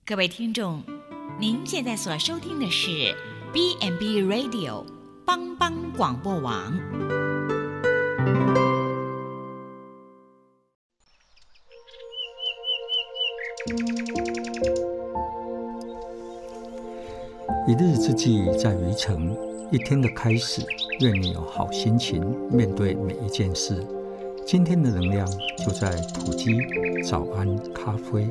各位听众，您现在所收听的是 B&B Radio 帮帮广播网。 一日之计在于晨，一天的开始，愿你有好心情面对每一件事。今天的能量就在埔基早安咖啡。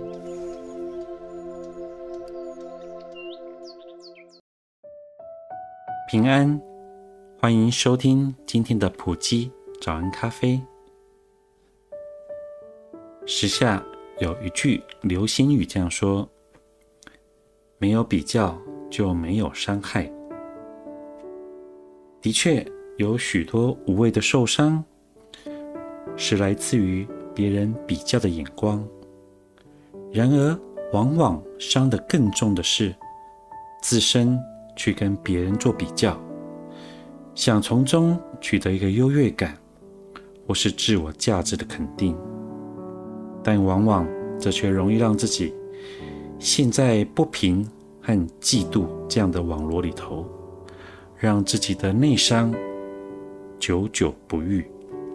平安，欢迎收听今天的埔基早安咖啡。时下有一句流行语这样说：没有比较就没有伤害。的确，有许多无谓的受伤是来自于别人比较的眼光，然而往往伤得更重的是自身去跟别人做比较，想从中取得一个优越感或是自我价值的肯定，但往往这却容易让自己陷在不平和嫉妒这样的网罗里头，让自己的内伤久久不愈。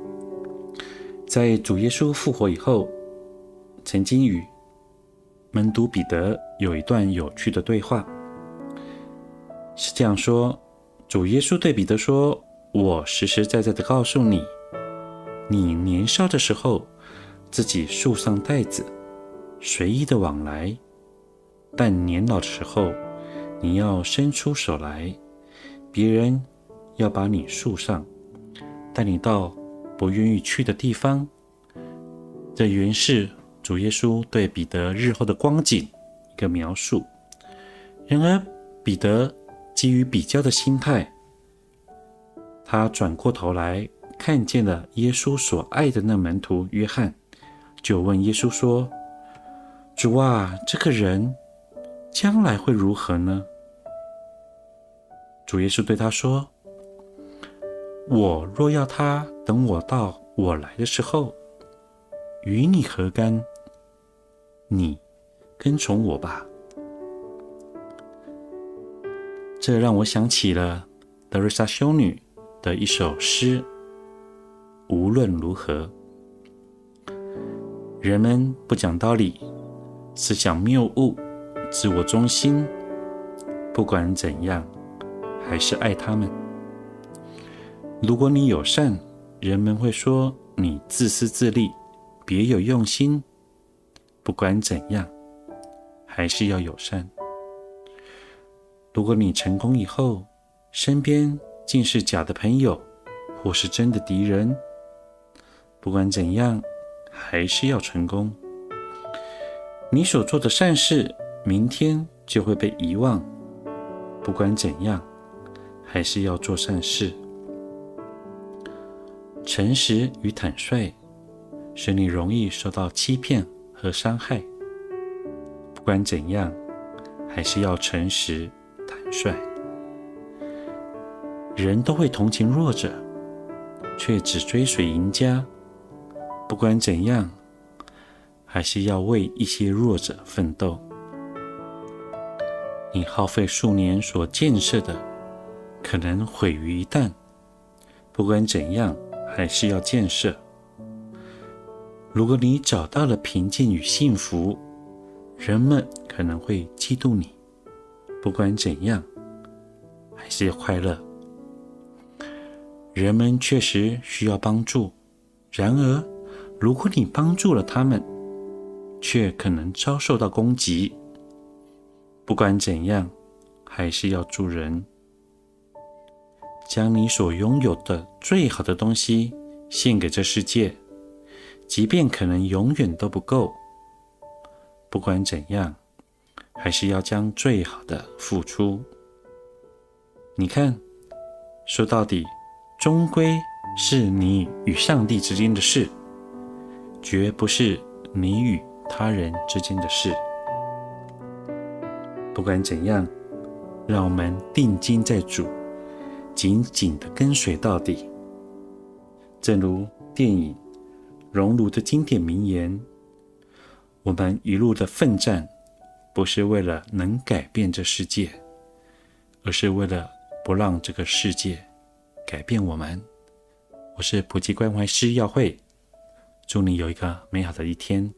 在主耶稣复活以后，曾经与门徒彼得有一段有趣的对话，是这样说：主耶稣对彼得说，我实实在在的告诉你，你年少的时候自己束上带子，随意的往来，但年老的时候你要伸出手来，别人要把你束上，带你到不愿意去的地方。这原是主耶稣对彼得日后的光景一个描述。然而彼得基于比较的心态，他转过头来看见了耶稣所爱的那门徒约翰，就问耶稣说，主啊，这个人将来会如何呢？主耶稣对他说，我若要他等我到我来的时候，与你何干？你跟从我吧。这让我想起了德瑞莎修女的一首诗，无论如何。人们不讲道理，思想谬误，自我中心，不管怎样还是爱他们。如果你友善，人们会说你自私自利，别有用心，不管怎样还是要友善。如果你成功以后，身边竟是假的朋友或是真的敌人，不管怎样还是要成功。你所做的善事明天就会被遗忘，不管怎样还是要做善事。诚实与坦率使你容易受到欺骗和伤害，不管怎样还是要诚实坦率。人都会同情弱者，却只追随赢家，不管怎样还是要为一些弱者奋斗。你耗费数年所建设的可能毁于一旦，不管怎样还是要建设。如果你找到了平静与幸福，人们可能会嫉妒你，不管怎样还是要快乐。人们确实需要帮助，然而如果你帮助了他们，却可能遭受到攻击，不管怎样还是要助人。将你所拥有的最好的东西献给这世界，即便可能永远都不够，不管怎样还是要将最好的付出。你看，说到底终归是你与上帝之间的事，绝不是你与他人之间的事。不管怎样，让我们定睛在主，紧紧地跟随到底。正如电影《熔炉》的经典名言，我们一路的奋战， 不是为了能改变这世界，而是为了不让这个世界改变我们。我是普济关怀师耀慧，祝你有一个美好的一天。